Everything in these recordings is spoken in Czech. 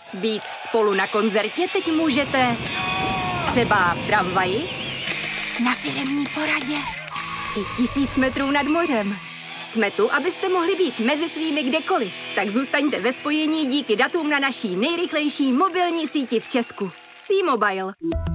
Být spolu na koncertě teď můžete třeba v tramvaji, na firemní poradě i 1000 metrů nad mořem. Jsme tu, abyste mohli být mezi svými kdekoliv. Tak zůstaňte ve spojení díky datům na naší nejrychlejší mobilní síti v Česku. T-Mobile.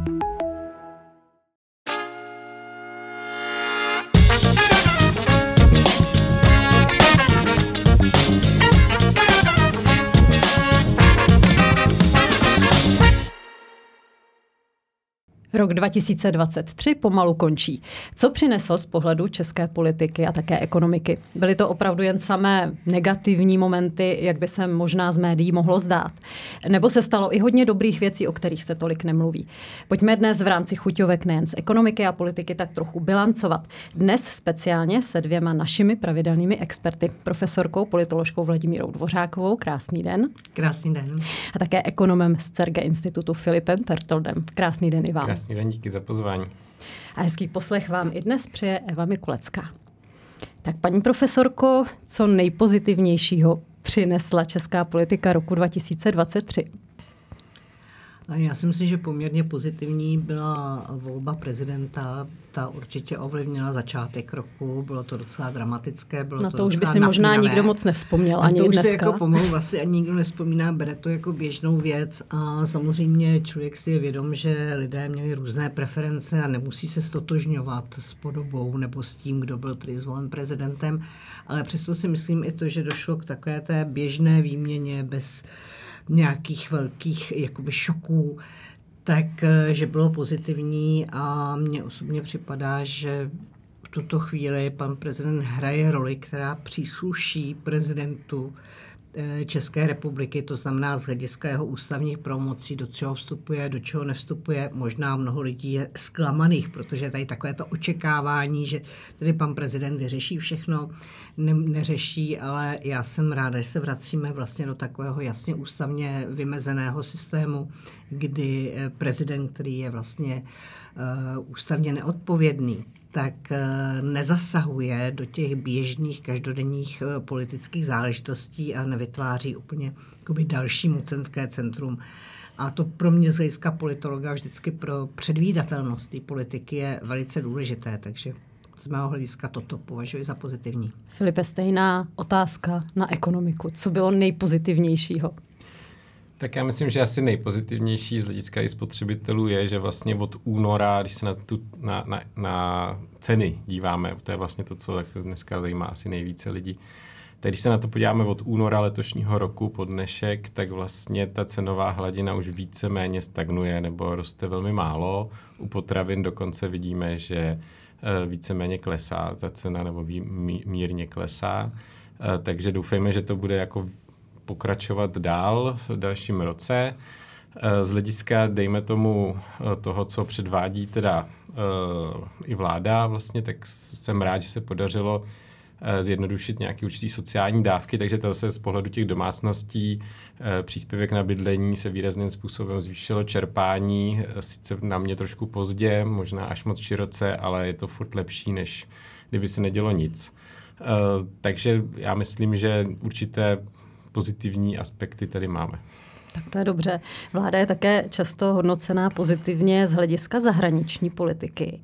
Rok 2023 pomalu končí. Co přinesl z pohledu české politiky a také ekonomiky? Byly to opravdu jen samé negativní momenty, jak by se možná z médií mohlo zdát? Nebo se stalo i hodně dobrých věcí, o kterých se tolik nemluví? Pojďme dnes v rámci chuťovek nejen z ekonomiky a politiky tak trochu bilancovat. Dnes speciálně se dvěma našimi pravidelnými experty, profesorkou, politoložkou Vladimírou Dvořákovou. Krásný den. Krásný den. A také ekonomem z CERGE institutu Filipem Pertoldem. Krásný den i vám. Krásný den, díky za pozvání. A hezký poslech vám i dnes přeje Eva Mikulecká. Tak paní profesorko, co nejpozitivnějšího přinesla česká politika roku 2023? Já si myslím, že poměrně pozitivní byla volba prezidenta. Ta určitě ovlivnila začátek roku. Bylo to docela dramatické. Bylo to už by si možná nikdo moc nevzpomněl ani to už dneska. Se jako pomalu vlastně ani nikdo nevzpomíná, bere to jako běžnou věc a samozřejmě člověk si je vědom, že lidé měli různé preference a nemusí se stotožňovat s podobou nebo s tím, kdo byl tedy zvolen prezidentem, ale přesto si myslím i to, že došlo k takové té běžné výměně bez nějakých velkých jakoby šoků, takže bylo pozitivní a mně osobně připadá, že v tuto chvíli pan prezident hraje roli, která přísluší prezidentu České republiky, to znamená z hlediska jeho ústavních pravomocí, do čeho vstupuje, do čeho nevstupuje. Možná mnoho lidí je zklamaných, protože tady takové to očekávání, že tedy pan prezident vyřeší všechno, neřeší, ale já jsem ráda, že se vracíme vlastně do takového jasně ústavně vymezeného systému, kdy prezident, který je vlastně ústavně neodpovědný, tak nezasahuje do těch běžných každodenních politických záležitostí a nevytváří úplně jakoby další mocenské centrum. A to pro mě z hlediska politologa vždycky pro předvídatelnost té politiky je velice důležité, takže z mého hlediska toto považuji za pozitivní. Filipe, stejná otázka na ekonomiku. Co bylo nejpozitivnějšího? Tak já myslím, že asi nejpozitivnější z hlediska i spotřebitelů je, že vlastně od února, když se na ceny díváme, to je vlastně to, co dneska zajímá asi nejvíce lidí, tak když se na to podíváme od února letošního roku po dnešek, tak vlastně ta cenová hladina už víceméně stagnuje nebo roste velmi málo. U potravin dokonce vidíme, že víceméně klesá ta cena nebo mírně klesá. Takže doufejme, že to bude jako pokračovat dál v dalším roce. Z hlediska, dejme tomu, toho, co předvádí teda i vláda, vlastně, tak jsem rád, že se podařilo zjednodušit nějaké určitý sociální dávky, takže to zase z pohledu těch domácností příspěvek na bydlení se výrazným způsobem zvýšilo čerpání, sice na mě trošku pozdě, možná až moc široce, ale je to furt lepší, než kdyby se nedělo nic. Takže já myslím, že určité pozitivní aspekty tady máme. Tak to je dobře. Vláda je také často hodnocená pozitivně z hlediska zahraniční politiky.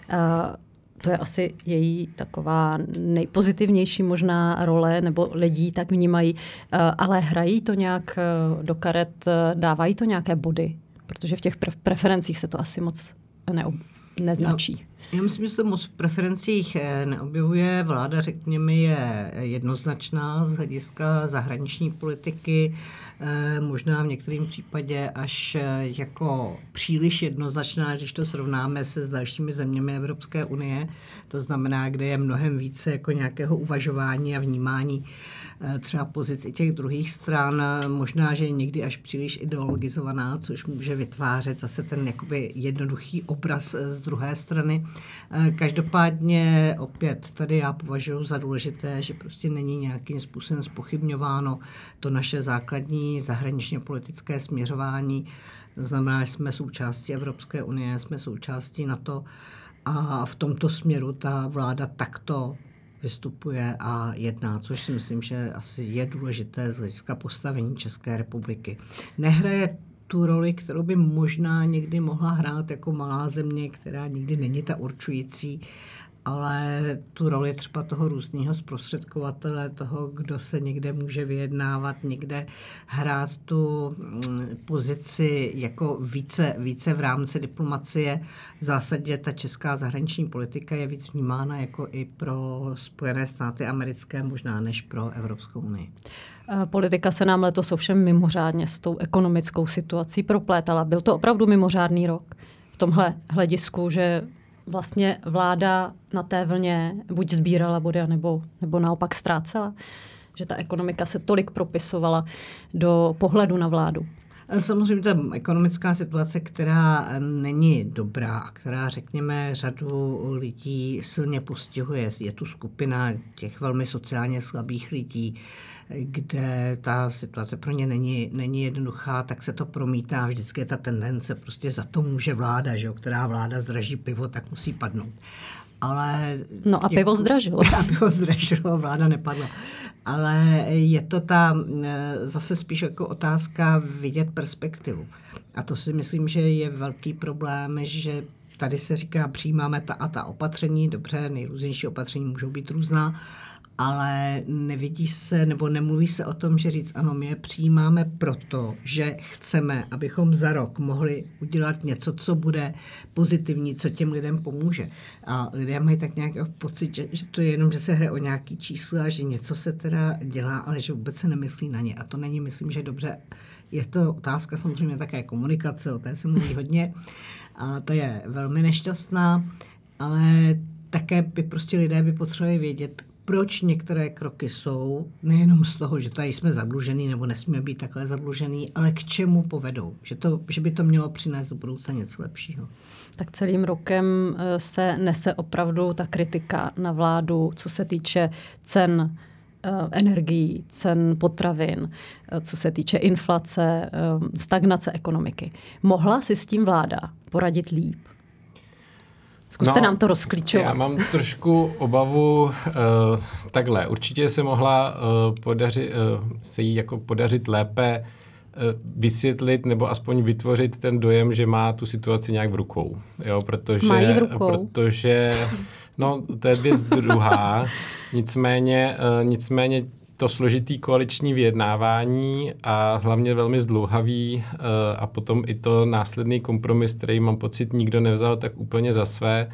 To je asi její taková nejpozitivnější možná role, nebo lidí tak vnímají, ale hrají to nějak do karet, dávají to nějaké body, protože v těch preferencích se to asi moc neznačí. Já myslím, že se to moc v preferencích neobjevuje. Vláda, řekněme, je jednoznačná z hlediska zahraniční politiky, možná v některém případě až jako příliš jednoznačná, když to srovnáme se s dalšími zeměmi Evropské unie. To znamená, kde je mnohem více jako nějakého uvažování a vnímání třeba pozic i těch druhých stran. Možná, že je někdy až příliš ideologizovaná, což může vytvářet zase ten jakoby jednoduchý obraz z druhé strany. Každopádně opět tady já považuji za důležité, že prostě není nějakým způsobem zpochybňováno to naše základní zahraničně politické směřování. To znamená, že jsme součástí Evropské unie, jsme součástí NATO a v tomto směru ta vláda takto vystupuje a jedná, což si myslím, že asi je důležité z hlediska postavení České republiky. Nehraje tu roli, kterou by možná někdy mohla hrát jako malá země, která nikdy není ta určující, ale tu roli třeba toho různého zprostředkovatele, toho, kdo se někde může vyjednávat, někde hrát tu pozici jako více v rámci diplomacie. V zásadě ta česká zahraniční politika je víc vnímána jako i pro Spojené státy americké, možná než pro Evropskou unii. Politika se nám letos ovšem mimořádně s tou ekonomickou situací proplétala. Byl to opravdu mimořádný rok v tomhle hledisku, že vlastně vláda na té vlně buď sbírala body, nebo naopak ztrácela? Že ta ekonomika se tolik propisovala do pohledu na vládu? Samozřejmě ta ekonomická situace, která není dobrá a která, řekněme, řadu lidí silně postihuje. Je tu skupina těch velmi sociálně slabých lidí, kde ta situace pro ně není jednoduchá, tak se to promítá. Vždycky je ta tendence, prostě za to může vláda, že jo, která vláda zdraží pivo, tak musí padnout. Ale no a pivo zdražilo. A pivo zdražilo, vláda nepadla. Ale je to zase spíš jako otázka vidět perspektivu. A to si myslím, že je velký problém, že tady se říká, přijímáme ta a ta opatření, dobře, nejrůznější opatření můžou být různá, ale nevidí se nebo nemluví se o tom, že říct, ano, my je přijímáme proto, že chceme, abychom za rok mohli udělat něco, co bude pozitivní, co těm lidem pomůže. A lidé mají tak nějaký pocit, že to je jenom, že se hraje o nějaký čísla, že něco se teda dělá, ale že vůbec se nemyslí na ně. A to není, myslím, že dobře. Je to otázka samozřejmě také komunikace, o té se mluví hodně. A ta je velmi nešťastná, ale také by prostě lidé by potřebovali vědět, proč některé kroky jsou, nejenom z toho, že tady jsme zadlužený nebo nesmíme být takhle zadlužený, ale k čemu povedou. Že by to mělo přinést do budoucna něco lepšího. Tak celým rokem se nese opravdu ta kritika na vládu, co se týče cen energií, cen potravin, co se týče inflace, stagnace ekonomiky. Mohla si s tím vláda poradit líp? Zkuste nám to rozklíčovat. Já mám trošku obavu takhle. Určitě se mohla se jí jako podařit lépe vysvětlit nebo aspoň vytvořit ten dojem, že má tu situaci nějak v rukou. Jo, mají v rukou. Protože no, to je věc druhá. Nicméně to složitý koaliční vyjednávání a hlavně velmi zdlouhavý a potom i to následný kompromis, který mám pocit nikdo nevzal tak úplně za své,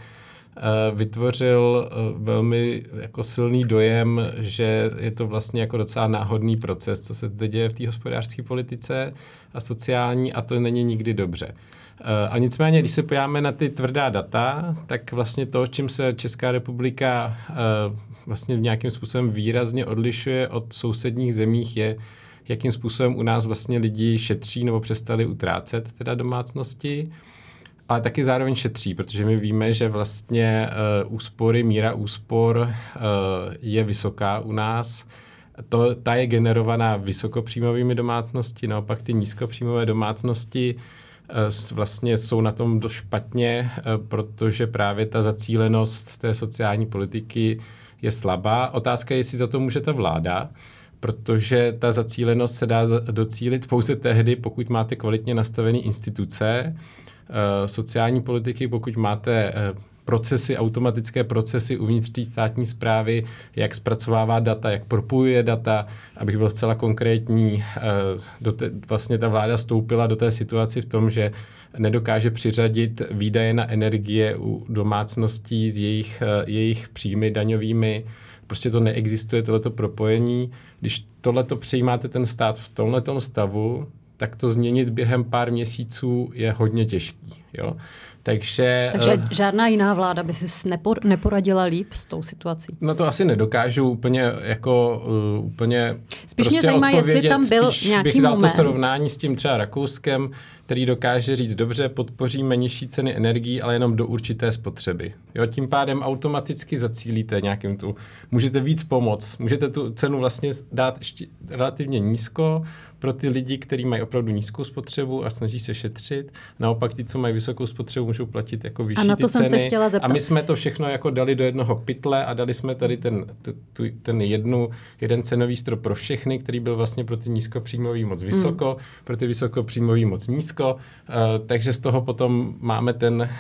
vytvořil velmi jako silný dojem, že je to vlastně jako docela náhodný proces, co se teď děje v té hospodářské politice a sociální, a to není nikdy dobře. A nicméně, když se podíváme na ty tvrdá data, tak vlastně to, čím se Česká republika vlastně nějakým způsobem výrazně odlišuje od sousedních zemích, je, jakým způsobem u nás vlastně lidi šetří nebo přestali utrácet teda domácnosti, ale taky zároveň šetří, protože my víme, že vlastně míra úspor je vysoká u nás. Ta je generovaná vysokopříjmovými domácnosti, naopak ty nízkopříjmové domácnosti vlastně jsou na tom dost špatně, protože právě ta zacílenost té sociální politiky je slabá. Otázka je, jestli za to může ta vláda, protože ta zacílenost se dá docílit pouze tehdy, pokud máte kvalitně nastavené instituce, sociální politiky, pokud máte automatické procesy uvnitř té státní správy, jak zpracovává data, jak propojuje data, abych byl zcela konkrétní. Vlastně ta vláda vstoupila do té situaci v tom, že nedokáže přiřadit výdaje na energie u domácností s jejich příjmy daňovými. Prostě to neexistuje, tohleto propojení. Když tohleto přijímáte ten stát v tomhletom stavu, tak to změnit během pár měsíců je hodně těžký. Jo? Takže žádná jiná vláda by si neporadila líp s tou situací? No to asi nedokážu úplně Spíš mě zajímá, jestli tam byl nějaký bych dal moment. To srovnání s tím třeba Rakouskem, který dokáže říct, dobře, podpoříme nižší ceny energií, ale jenom do určité spotřeby. Jo, tím pádem automaticky zacílíte můžete víc pomoct, můžete tu cenu vlastně dát ještě relativně nízko, pro ty lidi, kteří mají opravdu nízkou spotřebu a snaží se šetřit. Naopak ty, co mají vysokou spotřebu, můžou platit jako vyšší ty ceny. A na to jsem se chtěla zeptat. A my jsme to všechno jako dali do jednoho pytle a dali jsme tady ten jeden cenový strop pro všechny, který byl vlastně pro ty nízkopříjmový moc vysoko, pro ty vysokopříjmový moc nízko, takže z toho potom máme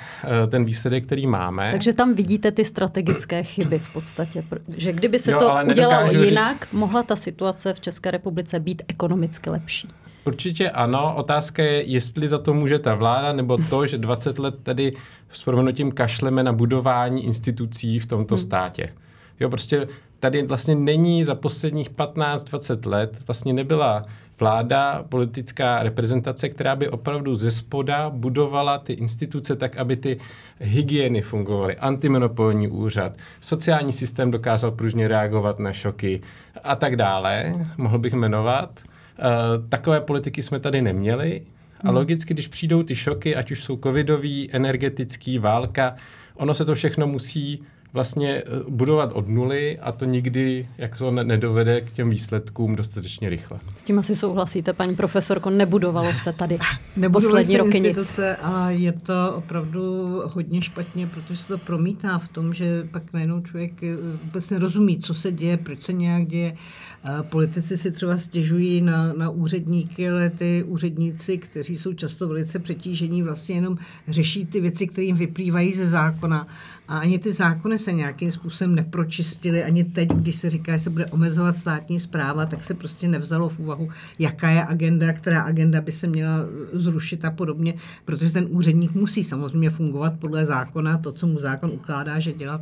ten výsledek, který máme. Takže tam vidíte ty strategické chyby v podstatě, že kdyby se to udělalo jinak, mohla ta situace v České republice být ekonomicky lepší. Určitě ano. Otázka je, jestli za to může ta vláda, nebo to, že 20 let tady s prominutím kašleme na budování institucí v tomto státě. Jo, prostě tady vlastně není za posledních 15-20 let vlastně nebyla vláda, politická reprezentace, která by opravdu ze spoda budovala ty instituce tak, aby ty hygieny fungovaly, antimonopolní úřad, sociální systém dokázal pružně reagovat na šoky a tak dále. Mohl bych jmenovat. Takové politiky jsme tady neměli a logicky, když přijdou ty šoky, ať už jsou covidový, energetický, válka, ono se to všechno musí vlastně budovat od nuly a to nikdy jako nedovede k těm výsledkům dostatečně rychle. S tím asi souhlasíte, paní profesorko, nebudovalo se tady poslední roky nic. A je to opravdu hodně špatně, protože se to promítá v tom, že pak najednou člověk vůbec nerozumí, co se děje, proč se nějak děje. Politici si třeba stěžují na úředníky, ale ty úředníci, kteří jsou často velice přetížení, vlastně jenom řeší ty věci, které jim vyplývají ze zákona. A ani ty zákony se nějakým způsobem nepročistily. Ani teď, když se říká, že se bude omezovat státní správa, tak se prostě nevzalo v úvahu, jaká je agenda, která agenda by se měla zrušit a podobně, protože ten úředník musí samozřejmě fungovat podle zákona, to, co mu zákon ukládá,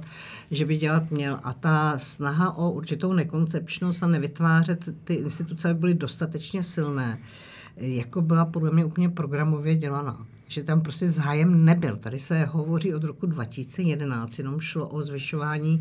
že by dělat měl. A ta snaha o určitou nekoncepčnost a nevytvářet ty instituce, aby byly dostatečně silné, jako byla podle mě úplně programově dělaná. Že tam prostě zájem nebyl. Tady se hovoří od roku 2011, jenom šlo o zvyšování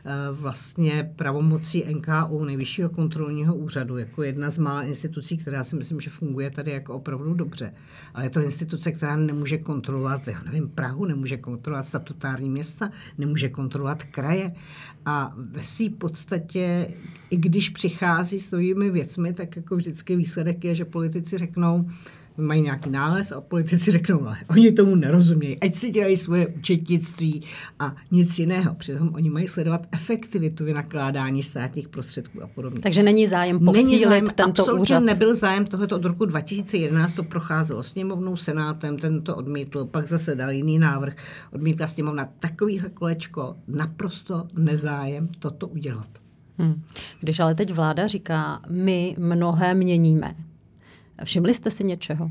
vlastně pravomocí NKÚ, Nejvyššího kontrolního úřadu, jako jedna z mála institucí, která si myslím, že funguje tady jako opravdu dobře. Ale je to instituce, která nemůže kontrolovat, já nevím, Prahu, nemůže kontrolovat statutární města, nemůže kontrolovat kraje. A ve své podstatě, i když přichází s novými věcmi, tak jako vždycky výsledek je, že politici řeknou, mají nějaký nález a politici řeknou, ale oni tomu nerozumějí, ať si dělají svoje účetnictví a nic jiného. Přitom oni mají sledovat efektivitu vynakládání státních prostředků a podobně. Takže není zájem posílit tento úřad? Absolutně nebyl zájem tohoto od roku 2011, to procházelo sněmovnou, senátem, ten to odmítl, pak zase dal jiný návrh, odmítla sněmovna. Takovýhle kolečko, naprosto nezájem toto udělat. Když ale teď vláda říká, my mnohé měníme, všimli jste si něčeho?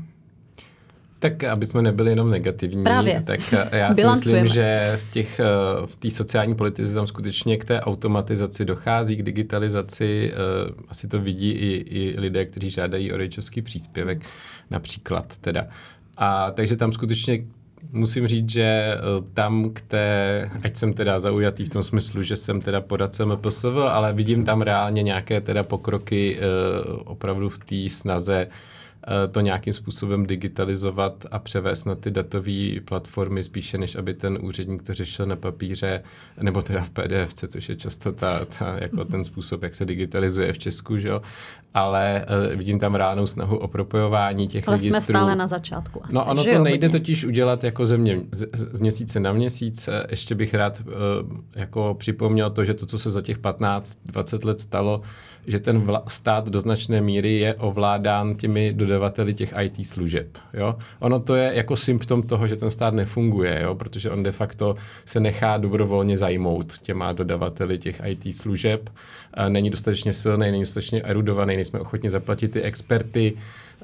Tak, aby jsme nebyli jenom negativní, právě. Tak já si myslím, že v té sociální politice tam skutečně k té automatizaci dochází, k digitalizaci. Asi to vidí i lidé, kteří žádají o rodičovský příspěvek, například teda. A takže tam skutečně musím říct, že tam ať jsem teda zaujatý v tom smyslu, že jsem teda poradce MPSV, ale vidím tam reálně nějaké teda pokroky opravdu v té snaze to nějakým způsobem digitalizovat a převést na ty datové platformy spíše, než aby ten úředník to řešil na papíře, nebo teda v PDFce, což je často jako ten způsob, jak se digitalizuje v Česku, že jo. Ale vidím tam reálnou snahu o propojování těch registrů. Ale jsme stále na začátku asi, no ono to nejde totiž udělat jako z měsíce na měsíc. Ještě bych rád jako připomněl to, že to, co se za těch 15-20 let stalo, že ten stát do značné míry je ovládán těmi dodavateli těch IT služeb. Jo? Ono to je jako symptom toho, že ten stát nefunguje, jo? Protože on de facto se nechá dobrovolně zajmout těma dodavateli těch IT služeb. Není dostatečně silný, není dostatečně erudovaný, nejsme ochotni zaplatit ty experty.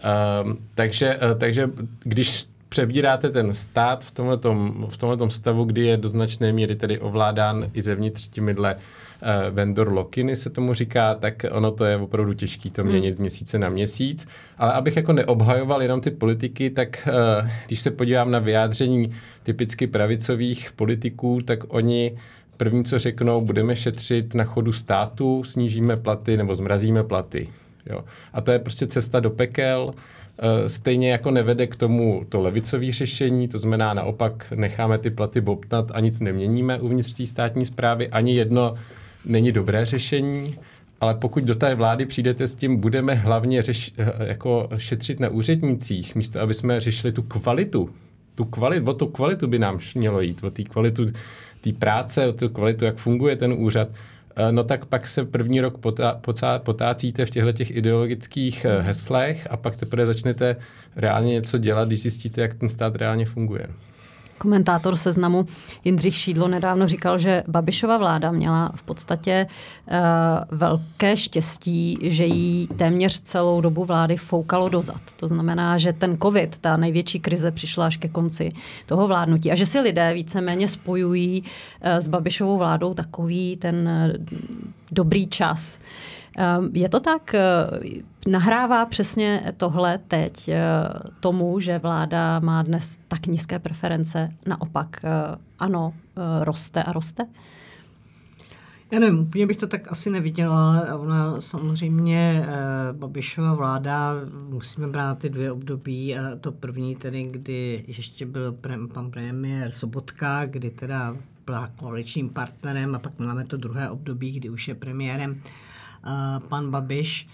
Takže když přebíráte ten stát v tomhletom stavu, kdy je do značné míry tedy ovládán i zevnitř těmihle vendor lock-iny se tomu říká, tak ono to je opravdu těžký to měnit z měsíce na měsíc. Ale abych jako neobhajoval jenom ty politiky, tak když se podívám na vyjádření typicky pravicových politiků, tak oni první, co řeknou, budeme šetřit na chodu státu, snížíme platy nebo zmrazíme platy. Jo. A to je prostě cesta do pekel. Stejně jako nevede k tomu to levicové řešení, to znamená naopak necháme ty platy bobtnat a nic neměníme uvnitř té státní správy. Ani jedno není dobré řešení ale pokud do té vlády přijdete s tím, budeme hlavně jako šetřit na úřednících, místo aby jsme řešili tu kvalitu, o tu kvalitu by nám mělo jít, o tu kvalitu té práce, o tu kvalitu, jak funguje ten úřad, no tak pak se první rok potácíte v těchto ideologických heslech a pak teprve začnete reálně něco dělat, když zjistíte, jak ten stát reálně funguje. Komentátor Seznamu Jindřich Šídlo nedávno říkal, že Babišova vláda měla v podstatě velké štěstí, že jí téměř celou dobu vlády foukalo dozad. To znamená, že ten covid, ta největší krize přišla až ke konci toho vládnutí a že si lidé víceméně spojují s Babišovou vládou takový ten dobrý čas. Je to tak? Nahrává přesně tohle teď tomu, že vláda má dnes tak nízké preference? Naopak ano, roste a roste? Já nevím, úplně bych to tak asi neviděla. Ona samozřejmě, Babišova vláda, musíme brát ty 2 období. A to první tedy, kdy ještě byl pan premiér Sobotka, kdy teda byla koaličním partnerem, a pak máme to druhé období, kdy už je premiérem pan Babiš.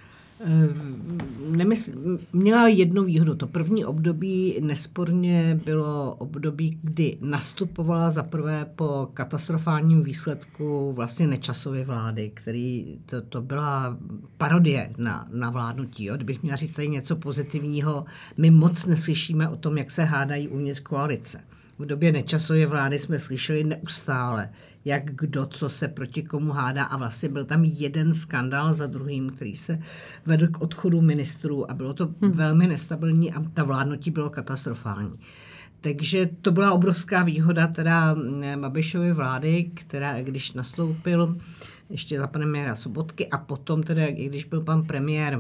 Měla jednu výhodu. To první období nesporně bylo období, kdy nastupovala zaprvé po katastrofálním výsledku vlastně Nečasovy vlády, který to byla parodie na vládnutí. Jo? Kdybych měla říct tady něco pozitivního, my moc neslyšíme o tom, jak se hádají uvnitř koalice. V době Nečasovy vlády jsme slyšeli neustále, jak kdo, co se proti komu hádá, a vlastně byl tam jeden skandál za druhým, který se vedl k odchodu ministrů a bylo to velmi nestabilní a ta vládnutí bylo katastrofální. Takže to byla obrovská výhoda teda Babišovy vlády, která když nastoupil ještě za premiéra Sobotky a potom teda, i když byl pan premiér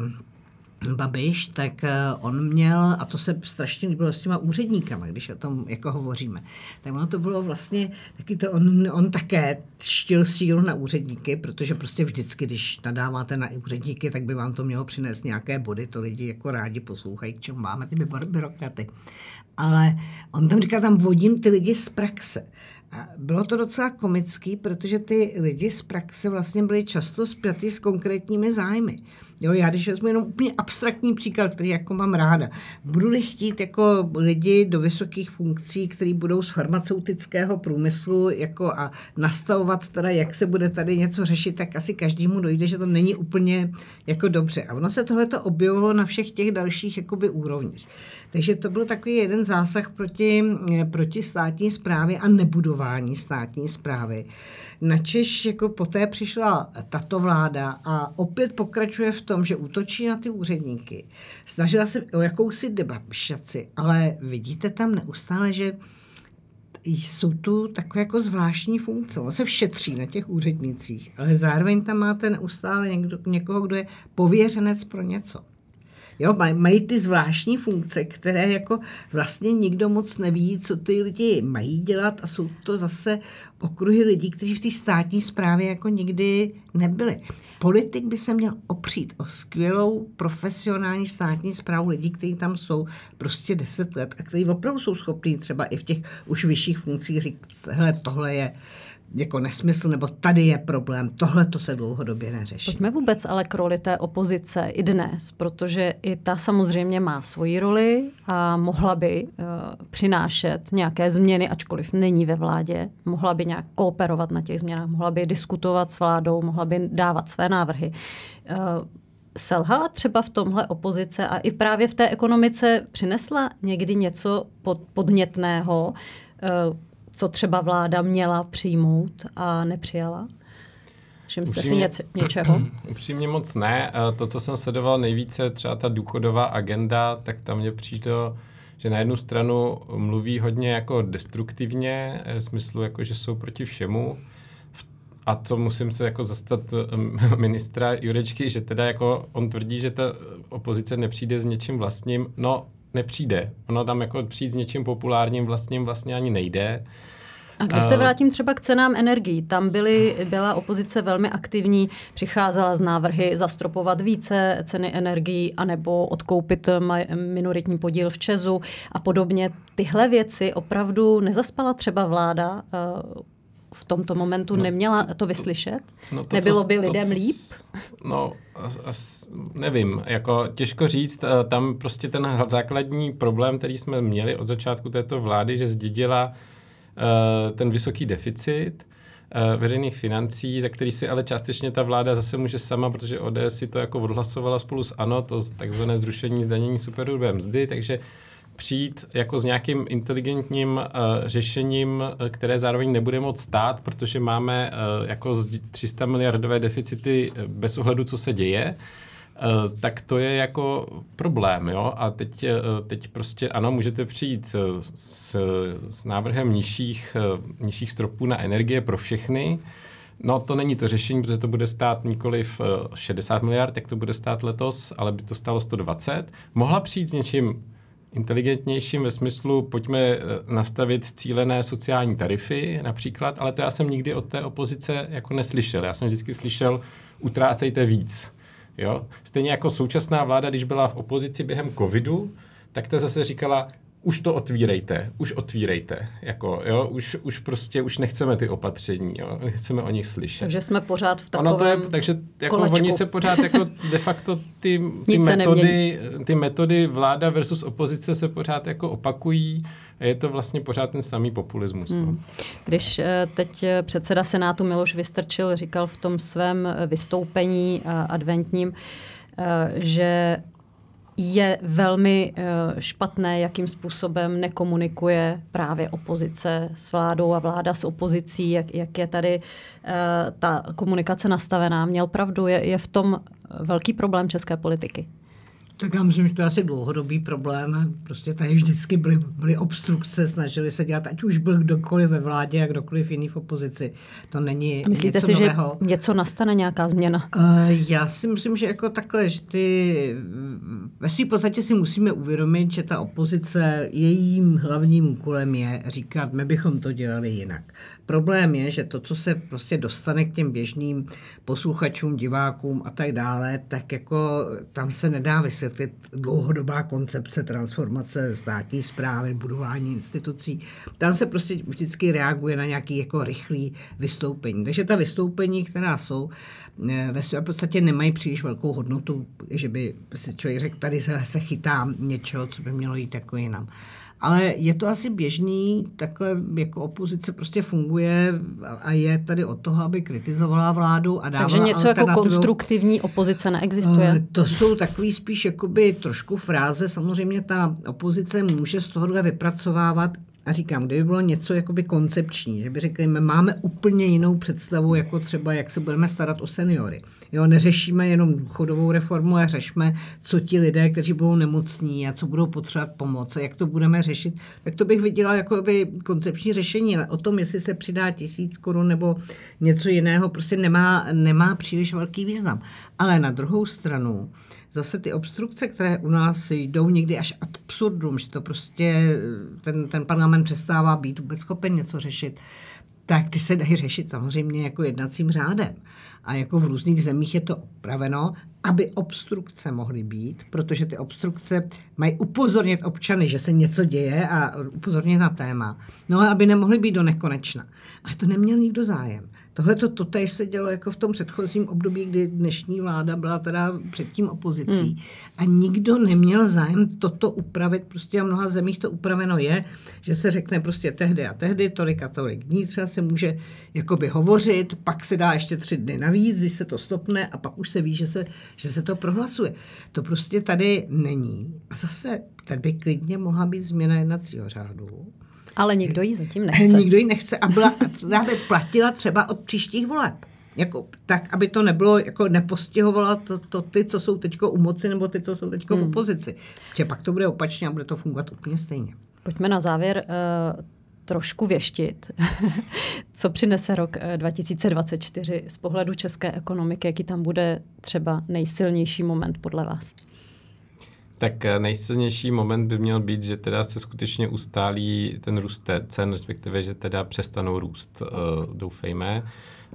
Babiš, tak on měl, a to se strašně líbilo s těma úředníkama, když o tom jako hovoříme, tak ono to bylo vlastně taky to, on také štil sílu na úředníky, protože prostě vždycky, když nadáváte na úředníky, tak by vám to mělo přinést nějaké body, to lidi jako rádi poslouchají, k čemu máme ty byrokraty. Ale on tam říkal, tam vodím ty lidi z praxe. A bylo to docela komický, protože ty lidi z praxe vlastně byli často spjatí s konkrétními zájmy. Jo, já když vezmu jenom úplně abstraktní příklad, který jako mám ráda, budu-li chtít jako lidi do vysokých funkcí, kteří budou z farmaceutického průmyslu jako a nastavovat teda, jak se bude tady něco řešit, tak asi každému dojde, že to není úplně jako dobře. A ono se tohleto objevilo na všech těch dalších jakoby úrovních. Takže to byl takový jeden zásah proti státní správě a nebudování státní správy. Načež jako poté přišla tato vláda a opět pokračuje v tom, že útočí na ty úředníky. Snažila se o jakousi debašaci, ale vidíte tam neustále, že jsou tu takové jako zvláštní funkce. Ono se všetří na těch úřednicích, ale zároveň tam máte neustále někoho, kdo je pověřenec pro něco. Jo, mají ty zvláštní funkce, které jako vlastně nikdo moc neví, co ty lidi mají dělat, a jsou to zase okruhy lidí, kteří v té státní správě jako nikdy nebyli. Politik by se měl opřít o skvělou profesionální státní správu lidí, kteří tam jsou prostě 10 let a kteří opravdu jsou schopní třeba i v těch už vyšších funkcích říct, hele, tohle je jako nesmysl, nebo tady je problém, tohle to se dlouhodobě neřeší. Pojďme vůbec ale k roli té opozice i dnes, protože i ta samozřejmě má svoji roli a mohla by přinášet nějaké změny, ačkoliv není ve vládě, mohla by nějak kooperovat na těch změnách, mohla by diskutovat s vládou, mohla by dávat své návrhy. Selhala třeba v tomhle opozice a i právě v té ekonomice přinesla někdy něco podnětného, co třeba vláda měla přijmout a nepřijala? Všiml jste si něčeho? Upřímně moc ne. To, co jsem sledoval nejvíce, třeba ta důchodová agenda, tak tam mně přijde, že na jednu stranu mluví hodně jako destruktivně, v smyslu, jako, že jsou proti všemu. A co musím se jako zastat ministra Jurečky, že teda jako on tvrdí, že ta opozice nepřijde s něčím vlastním. No, nepřijde. Ono tam jako přijít s něčím populárním vlastním vlastně ani nejde. A když se vrátím třeba k cenám energií, tam byla opozice velmi aktivní, přicházela z návrhy zastropovat více ceny energií anebo odkoupit minoritní podíl v ČEZu a podobně. Tyhle věci opravdu nezaspala třeba vláda v tomto momentu neměla to vyslyšet? Nebylo by lidem líp? No, nevím, jako těžko říct, tam prostě ten základní problém, který jsme měli od začátku této vlády, že zdědila ten vysoký deficit veřejných financí, za který si ale částečně ta vláda zase může sama, protože ODS si to jako odhlasovala spolu s ANO, to takzvané zrušení zdanění superhrubé mzdy, takže přijít jako s nějakým inteligentním řešením, které zároveň nebude moc stát, protože máme jako 300 miliardové deficity bez ohledu, co se děje, tak to je jako problém, jo? A teď prostě ano, můžete přijít s návrhem nižších stropů na energie pro všechny. No to není to řešení, protože to bude stát nikoliv 60 miliard, jak to bude stát letos, ale by to stálo 120. Mohla přijít s něčím inteligentnějším ve smyslu, pojďme nastavit cílené sociální tarify například, ale to já jsem nikdy od té opozice jako neslyšel. Já jsem vždycky slyšel, utrácejte víc. Jo? Stejně jako současná vláda, když byla v opozici během covidu, tak ta zase říkala, už to otvírejte. Jako, jo? Už nechceme ty opatření, jo? Nechceme o nich slyšet. Takže jsme pořád v takovém takže jako kolečku. oni se pořád jako de facto ty metody vláda versus opozice se pořád jako opakují a je to vlastně pořád ten samý populismus. No. Když teď předseda Senátu Miloš Vystrčil říkal v tom svém vystoupení adventním, že je velmi špatné, jakým způsobem nekomunikuje právě opozice s vládou a vláda s opozicí, jak je tady ta komunikace nastavená. Měl pravdu, je v tom velký problém české politiky. Tak já myslím, že to je asi dlouhodobý problém. Prostě tady vždycky byly obstrukce, snažili se dělat, ať už byl kdokoliv ve vládě a kdokoliv jiný v opozici. To není. A myslíte něco si, nového. Že něco nastane, nějaká změna? Já si myslím, že jako takhle, že ve své podstatě si musíme uvědomit, že ta opozice, jejím hlavním úkolem je říkat, my bychom to dělali jinak. Problém je, že to, co se prostě dostane k těm běžným posluchačům, divákům a tak dále, tak jako tam se nedá vysvětlit dlouhodobá koncepce transformace státní správy, budování institucí. Tam se prostě vždycky reaguje na nějaký jako rychlý vystoupení. Takže ta vystoupení, která jsou, ve své podstatě nemají příliš velkou hodnotu, že by si člověk řekl, tady se chytám něčeho, co by mělo jít jako jinam. Ale je to asi běžný, takhle jako opozice prostě funguje a je tady od toho, aby kritizovala vládu a dávala takže něco alternativu. jako konstruktivní opozice neexistuje? To jsou takový spíš jakoby trošku fráze. Samozřejmě ta opozice může z tohohle vypracovávat. A říkám, kdyby bylo něco jakoby koncepční, že by řekli, my máme úplně jinou představu, jako třeba, jak se budeme starat o seniory. Jo, neřešíme jenom důchodovou reformu, ale řešíme, co ti lidé, kteří budou nemocní a co budou potřebovat pomoc a jak to budeme řešit, tak to bych viděla jako by koncepční řešení, ale o tom, jestli se přidá 1000 korun nebo něco jiného, prostě nemá příliš velký význam. Ale na druhou stranu, zase ty obstrukce, které u nás jdou někdy až ad absurdum, že to prostě ten parlament přestává být vůbec schopen něco řešit, tak ty se dají řešit samozřejmě jako jednacím řádem. A jako v různých zemích je to upraveno, aby obstrukce mohly být, protože ty obstrukce mají upozornit občany, že se něco děje a upozornit na téma. No ale aby nemohly být do nekonečna. Ale to neměl nikdo zájem. Tohle totéž se dělo jako v tom předchozím období, kdy dnešní vláda byla teda předtím opozicí. A nikdo neměl zájem toto upravit. Prostě a v mnoha zemích to upraveno je, že se řekne prostě tehdy a tehdy, tolik a tolik dní, třeba se může jakoby hovořit, pak se dá ještě 3 dny navíc, když se to stopne a pak už se ví, že se to prohlasuje. To prostě tady není. A zase tady by klidně mohla být změna jednacího řádu. Ale nikdo ji zatím nechce. Nikdo ji nechce a by platila třeba od příštích voleb. Jako, tak, aby to nebylo, jako nepostihovalo to ty, co jsou teďko u moci, nebo ty, co jsou teďko v opozici. Že pak to bude opačně a bude to fungovat úplně stejně. Pojďme na závěr trošku věštit. Co přinese rok 2024 z pohledu české ekonomiky? Jaký tam bude třeba nejsilnější moment podle vás? Tak nejsilnější moment by měl být, že teda se skutečně ustálí ten růst cen, respektive, že teda přestanou růst, doufejme.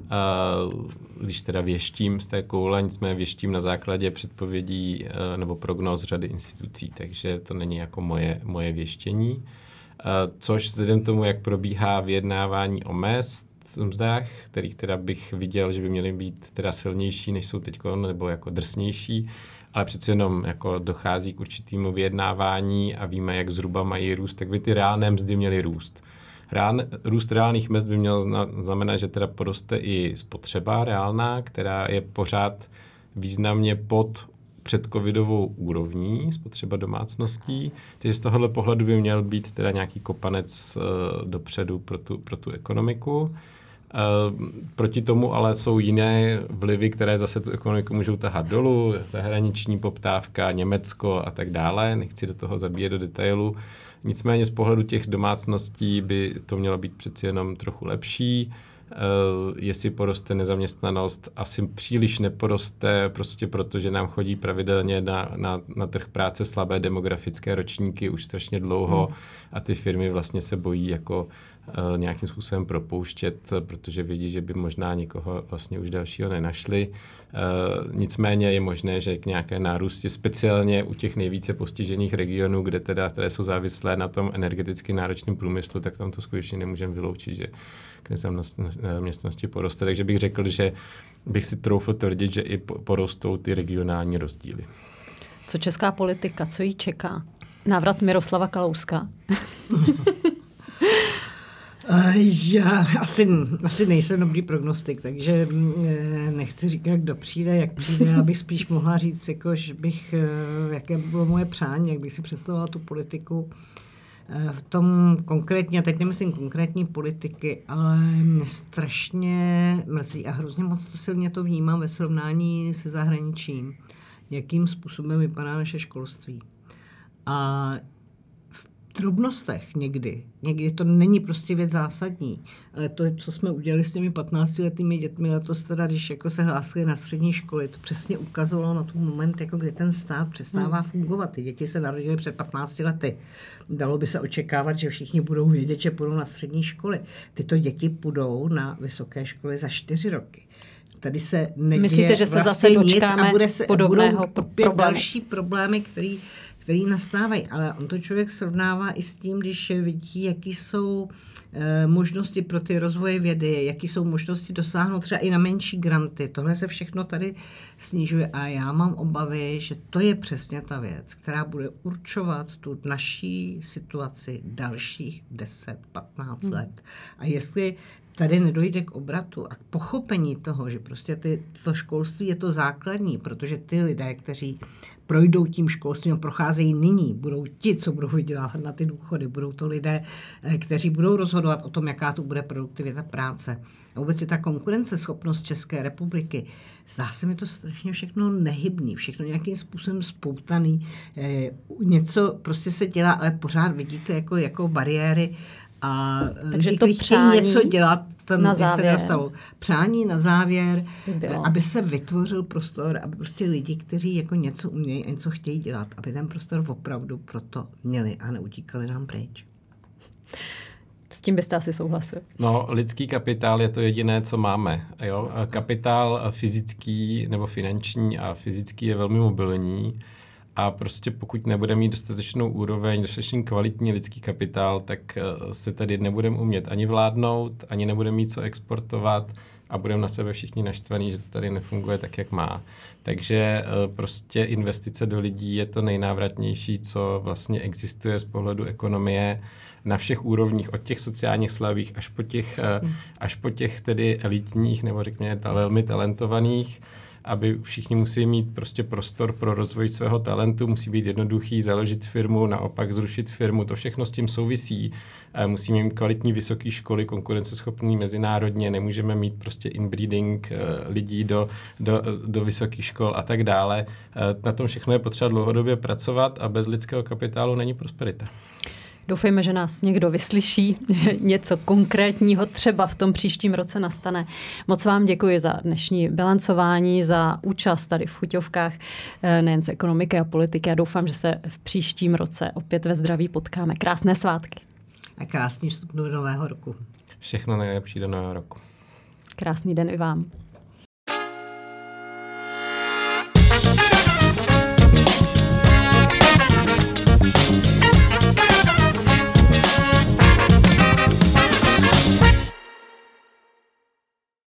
Když teda věštím z té koule, nicméně věštím na základě předpovědí nebo prognóz řady institucí, takže to není jako moje věštění. Což vzhledem tomu, jak probíhá vyjednávání o mezd, mzdách, kterých teda bych viděl, že by měly být teda silnější, než jsou teď, nebo jako drsnější, ale přece jenom jako dochází k určitému vyjednávání a víme, jak zhruba mají růst, tak by ty reálné mzdy měly růst. Růst reálných mezd by měl znamenat, že teda poroste i spotřeba reálná, která je pořád významně pod předcovidovou úrovní, spotřeba domácností. Takže z tohohle pohledu by měl být teda nějaký kopanec dopředu pro tu ekonomiku. Proti tomu ale jsou jiné vlivy, které zase tu ekonomiku můžou tahat dolů, zahraniční poptávka, Německo a tak dále. Nechci do toho zabíjet do detailu. Nicméně z pohledu těch domácností by to mělo být přeci jenom trochu lepší. Jestli poroste nezaměstnanost, asi příliš neporoste, prostě protože nám chodí pravidelně na trh práce slabé demografické ročníky už strašně dlouho a ty firmy vlastně se bojí jako nějakým způsobem propouštět, protože vědí, že by možná někoho vlastně už dalšího nenašli. Nicméně je možné, že k nějaké nárůstě, speciálně u těch nejvíce postižených regionů, které jsou závislé na tom energeticky náročném průmyslu, tak tam to skutečně nemůžeme vyloučit, že k nezaměstnanosti poroste. Takže bych řekl, že bych si troufl tvrdit, že i porostou ty regionální rozdíly. Co česká politika, co jí čeká? Návrat Miroslava Kalouska? Já asi nejsem dobrý prognostik, takže nechci říkat, kdo přijde, jak přijde. Já bych spíš mohla říct, jako, že jaké by bylo moje přání, jak bych si představovala tu politiku v tom konkrétně, a teď nemyslím konkrétní politiky, ale mě strašně mrzí a hrozně moc to silně to vnímám ve srovnání se zahraničím, jakým způsobem vypadá naše školství. A drobnostech někdy to není prostě věc zásadní, ale to, co jsme udělali s těmi 15letými dětmi letos, teda, když jako se hlásili na střední školy, to přesně ukazovalo na ten moment, jako kdy ten stát přestává fungovat. Ty děti se narodily před 15 lety. Dalo by se očekávat, že všichni budou vědět, že půjdou na střední školy. Tyto děti půjdou na vysoké školy za 4 roky. Tady se neděje. Myslíte, že se zase dočkáme podobného problému? Další problémy, který nastávají. Ale on to člověk srovnává i s tím, když vidí, jaký jsou možnosti pro ty rozvoje vědy, jaký jsou možnosti dosáhnout třeba i na menší granty. Tohle se všechno tady snižuje a já mám obavy, že to je přesně ta věc, která bude určovat tu naší situaci dalších 10-15 let. A jestli tady nedojde k obratu a k pochopení toho, že prostě to školství je to základní, protože ty lidé, kteří projdou tím školstvím a procházejí nyní, budou ti, co budou vydělávat na ty důchody, budou to lidé, kteří budou rozhodovat o tom, jaká tu bude produktivita práce. A vůbec je ta konkurenceschopnost České republiky. Zdá se mi to strašně všechno nehybný, všechno nějakým způsobem spoutaný. Něco prostě se dělá, ale pořád vidíte jako bariéry. A takže lidi, to chtějí něco dělat, na závěr. Přání na závěr, aby se vytvořil prostor, aby prostě lidi, kteří jako něco umějí a něco chtějí dělat, aby ten prostor opravdu proto měli a neutíkali nám pryč. S tím byste asi souhlasil. No, lidský kapitál je to jediné, co máme. Jo? Kapitál fyzický nebo finanční a fyzický je velmi mobilní. A prostě pokud nebude mít dostatečnou úroveň, dostatečný kvalitní lidský kapitál, tak se tady nebudeme umět ani vládnout, ani nebudeme mít co exportovat a budeme na sebe všichni naštvaní, že to tady nefunguje tak, jak má. Takže prostě investice do lidí je to nejnávratnější, co vlastně existuje z pohledu ekonomie na všech úrovních, od těch sociálních slabých až po těch tedy elitních nebo řekněme velmi talentovaných, aby všichni musí mít prostě prostor pro rozvoj svého talentu, musí být jednoduchý založit firmu, naopak zrušit firmu, to všechno s tím souvisí. Musíme mít kvalitní vysoké školy, konkurenceschopný mezinárodně, nemůžeme mít prostě inbreeding lidí do vysokých škol a tak dále. Na tom všechno je potřeba dlouhodobě pracovat a bez lidského kapitálu není prosperita. Doufejme, že nás někdo vyslyší, že něco konkrétního třeba v tom příštím roce nastane. Moc vám děkuji za dnešní bilancování, za účast tady v Chuťovkách nejen z ekonomiky a politiky a doufám, že se v příštím roce opět ve zdraví potkáme. Krásné svátky. A krásný vstup do nového roku. Všechno nejlepší do nového roku. Krásný den i vám.